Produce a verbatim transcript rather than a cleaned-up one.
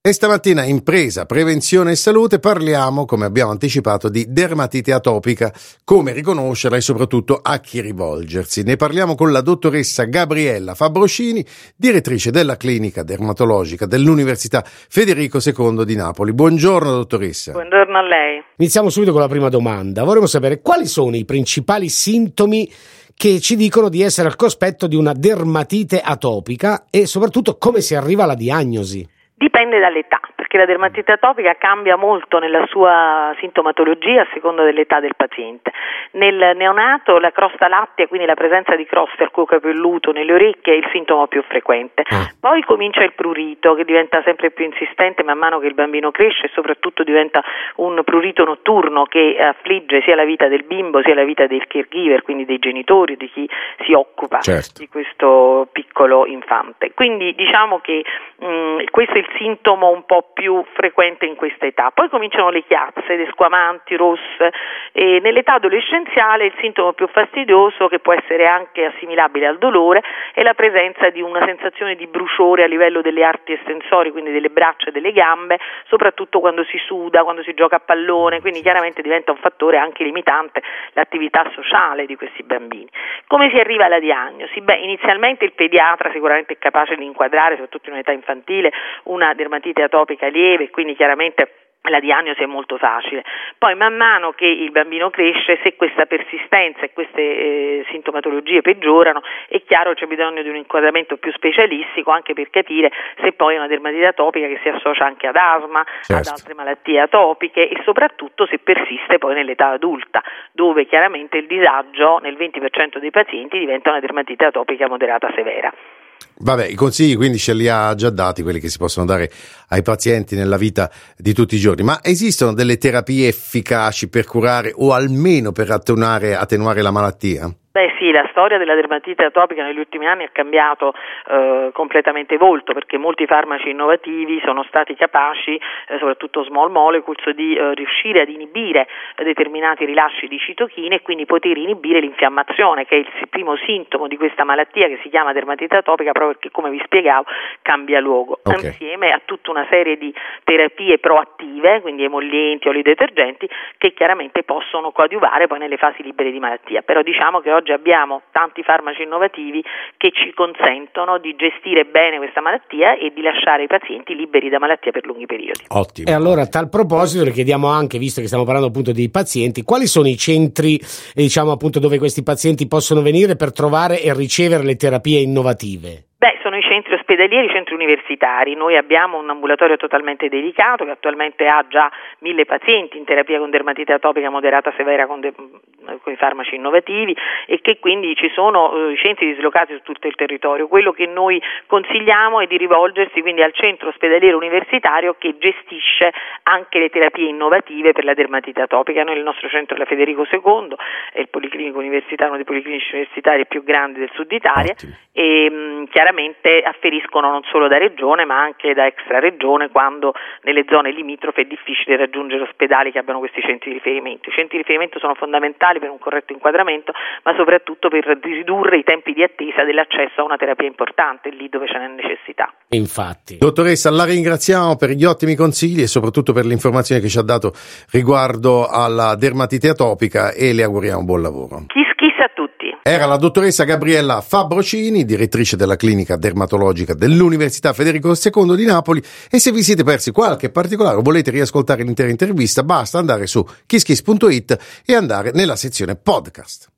E stamattina in Presa Prevenzione e Salute parliamo, come abbiamo anticipato, di dermatite atopica, come riconoscerla e soprattutto a chi rivolgersi. Ne parliamo con la dottoressa Gabriella Fabroscini, direttrice della clinica dermatologica dell'Università Federico secondo di Napoli. Buongiorno dottoressa. Buongiorno a lei. Iniziamo subito con la prima domanda. Vorremmo sapere quali sono i principali sintomi che ci dicono di essere al cospetto di una dermatite atopica e soprattutto come si arriva alla diagnosi. Dipende dall'età, perché la dermatite atopica cambia molto nella sua sintomatologia a seconda dell'età del paziente. Nel neonato la crosta lattea, quindi la presenza di croste al cuoio capelluto, nelle orecchie, è il sintomo più frequente. Ah. Poi comincia il prurito, che diventa sempre più insistente man mano che il bambino cresce e soprattutto diventa un prurito notturno che affligge sia la vita del bimbo sia la vita del caregiver, quindi dei genitori, di chi si occupa certo. di questo piccolo infante. Quindi diciamo che mh, questo è il sintomo un po' più frequente in questa età. Poi cominciano le chiazze desquamanti, rosse, e nell'età adolescenziale il sintomo più fastidioso, che può essere anche assimilabile al dolore, è la presenza di una sensazione di bruciore a livello delle arti estensori, quindi delle braccia e delle gambe, soprattutto quando si suda, quando si gioca a pallone, quindi chiaramente diventa un fattore anche limitante l'attività sociale di questi bambini. Come si arriva alla diagnosi? Beh, inizialmente il pediatra sicuramente è capace di inquadrare, soprattutto in un'età infantile, una dermatite atopica lieve, quindi chiaramente la diagnosi è molto facile. Poi man mano che il bambino cresce, se questa persistenza e queste eh, sintomatologie peggiorano, è chiaro c'è bisogno di un inquadramento più specialistico, anche per capire se poi è una dermatite atopica che si associa anche ad asma, certo. ad altre malattie atopiche e soprattutto se persiste poi nell'età adulta, dove chiaramente il disagio nel venti per cento dei pazienti diventa una dermatite atopica moderata severa. Vabbè, i consigli quindi ce li ha già dati, quelli che si possono dare ai pazienti nella vita di tutti i giorni, ma esistono delle terapie efficaci per curare o almeno per attenuare, attenuare la malattia? Beh sì, la storia della dermatite atopica negli ultimi anni ha cambiato eh, completamente volto, perché molti farmaci innovativi sono stati capaci, eh, soprattutto small molecules, di eh, riuscire ad inibire eh, determinati rilasci di citochine e quindi poter inibire l'infiammazione, che è il primo sintomo di questa malattia che si chiama dermatite atopica, proprio perché, come vi spiegavo, cambia luogo, okay. insieme a tutta una serie di terapie proattive, quindi emollienti, oli detergenti, che chiaramente possono coadiuvare poi nelle fasi libere di malattia. Però diciamo che oggi Oggi abbiamo tanti farmaci innovativi che ci consentono di gestire bene questa malattia e di lasciare i pazienti liberi da malattia per lunghi periodi. Ottimo. E allora a tal proposito le chiediamo anche, visto che stiamo parlando appunto dei pazienti, quali sono i centri, diciamo appunto, dove questi pazienti possono venire per trovare e ricevere le terapie innovative? Beh, sono i centri ospedalieri, i centri universitari. Noi abbiamo un ambulatorio totalmente dedicato che attualmente ha già mille pazienti in terapia con dermatite atopica moderata severa con, de- con i farmaci innovativi e che quindi ci sono eh, centri dislocati su tutto il territorio. Quello che noi consigliamo è di rivolgersi quindi al centro ospedaliero universitario che gestisce anche le terapie innovative per la dermatite atopica. Noi il nostro centro è la Federico secondo, è il policlinico universitario, uno dei policlinici universitari più grandi del sud Italia. Ottimo. E mh, chiaramente afferiscono non solo da regione ma anche da extraregione quando nelle zone limitrofe è difficile raggiungere ospedali che abbiano questi centri di riferimento. I centri di riferimento sono fondamentali per un corretto inquadramento, ma soprattutto per ridurre i tempi di attesa dell'accesso a una terapia importante lì dove ce n'è necessità. Infatti. Dottoressa, la ringraziamo per gli ottimi consigli e soprattutto per l'informazione che ci ha dato riguardo alla dermatite atopica e le auguriamo buon lavoro. Kiss kiss a tutti. Era la dottoressa Gabriella Fabroscini, direttrice della clinica dermatologica dell'Università Federico secondo di Napoli, e se vi siete persi qualche particolare o volete riascoltare l'intera intervista basta andare su kiss kiss punto it e andare nella sezione podcast.